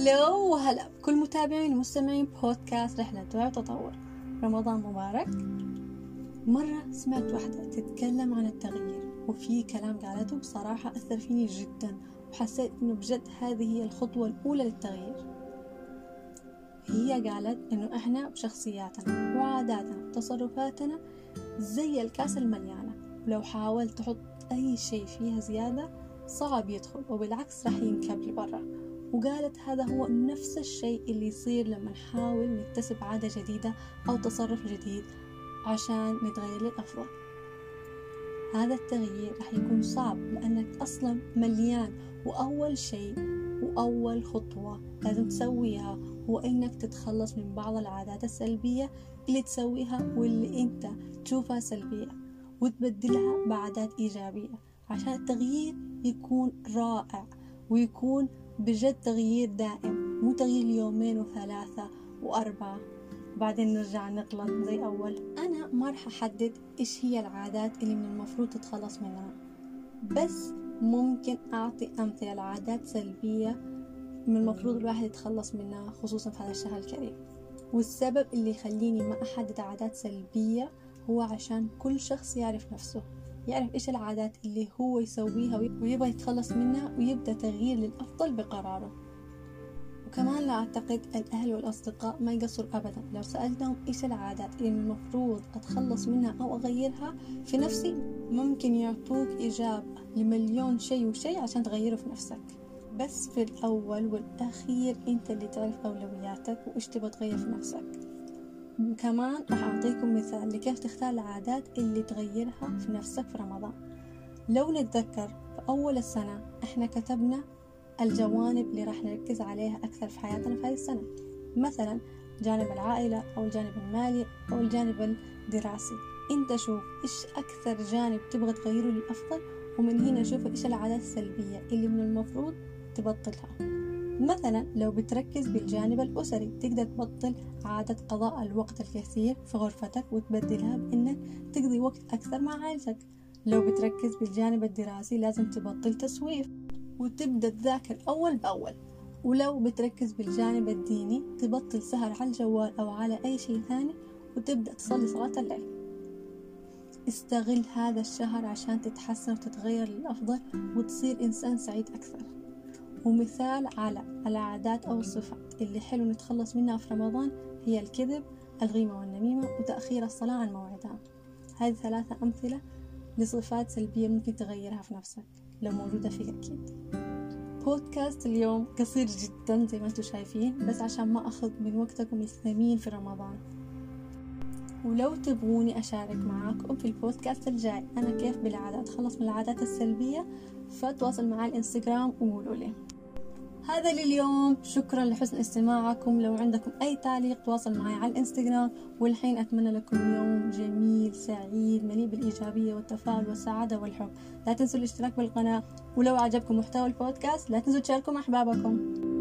هلو وهلا بكل متابعين ومستمعين بودكاست رحلة وعي وتطور. رمضان مبارك. مرة سمعت واحدة تتكلم عن التغيير، وفي كلام قالته بصراحة أثر فيني جدا، وحسيت إنه بجد هذه هي الخطوة الأولى للتغيير. هي قالت إنه إحنا بشخصياتنا وعاداتنا وتصرفاتنا زي الكاس المليانة، ولو حاولت تحط أي شيء فيها زيادة صعب يدخل، وبالعكس راح ينكب لبرا. وقالت هذا هو نفس الشيء اللي يصير لما نحاول نكتسب عادة جديدة أو تصرف جديد عشان نتغير للأفضل. هذا التغيير رح يكون صعب لأنك أصلا مليان، وأول شيء وأول خطوة لازم تسويها هو إنك تتخلص من بعض العادات السلبية اللي تسويها واللي أنت تشوفها سلبية، وتبدلها بعادات إيجابية عشان التغيير يكون رائع ويكون بجد تغيير دائم، مو تغيير يومين و3 و4 وبعدين نرجع نغلط زي أول. أنا ما رح أحدد إيش هي العادات اللي من المفروض تتخلص منها، بس ممكن أعطي أمثلة لعادات سلبية من المفروض الواحد يتخلص منها، خصوصا في هذا الشهر الكريم. والسبب اللي يخليني ما أحدد عادات سلبية هو عشان كل شخص يعرف نفسه، يعرف إيش العادات اللي هو يسويها ويبغى يتخلص منها ويبدأ تغيير للأفضل بقراره. وكمان لا أعتقد الأهل والأصدقاء ما يقصروا أبدا لو سألتهم إيش العادات اللي المفروض أتخلص منها أو أغيرها في نفسي، ممكن يعطوك إجابة لمليون شيء وشيء عشان تغيره في نفسك. بس في الأول والأخير أنت اللي تعرف أولوياتك وإيش تبغى تغير في نفسك. وكمان راح أعطيكم مثال لكيف تختار العادات اللي تغيرها في نفسك في رمضان. لو نتذكر في أول السنة إحنا كتبنا الجوانب اللي راح نركز عليها أكثر في حياتنا في هذه السنة، مثلا جانب العائلة أو الجانب المالي أو الجانب الدراسي. أنت شوف إيش أكثر جانب تبغى تغيره للأفضل، ومن هنا شوف إيش العادات السلبية اللي من المفروض تبطلها. مثلا لو بتركز بالجانب الأسري تقدر تبطل عادة قضاء الوقت الكثير في غرفتك وتبدلها بأنك تقضي وقت أكثر مع عائلتك. لو بتركز بالجانب الدراسي لازم تبطل تسويف وتبدأ تذاكر أول بأول. ولو بتركز بالجانب الديني تبطل سهر على الجوال أو على أي شيء ثاني وتبدأ تصلي صلاة الليل. استغل هذا الشهر عشان تتحسن وتتغير للأفضل وتصير إنسان سعيد أكثر. ومثال على العادات أو الصفات اللي حلو نتخلص منها في رمضان هي الكذب، الغيبة والنميمة، وتأخير الصلاة عن موعدها. هذه 3 أمثلة لصفات سلبية ممكن تغيرها في نفسك لو موجودة فيك أكيد. بودكاست اليوم قصير جدا زي ما انتم شايفين، بس عشان ما أخذ من وقتكم الثمين في رمضان. ولو تبغوني أشارك معاكم في البودكاست الجاي أنا كيف بالعادة أتخلص من العادات السلبية، فتواصل معي الانستغرام وقولوا لي. هذا لليوم، شكرا لحسن استماعكم. لو عندكم أي تعليق تواصل معي على الانستغرام. والحين أتمنى لكم يوم جميل سعيد مليء بالإيجابية والتفاؤل والسعادة والحب. لا تنسوا الاشتراك بالقناة، ولو عجبكم محتوى البودكاست لا تنسوا تشاركوا مع أحبابكم.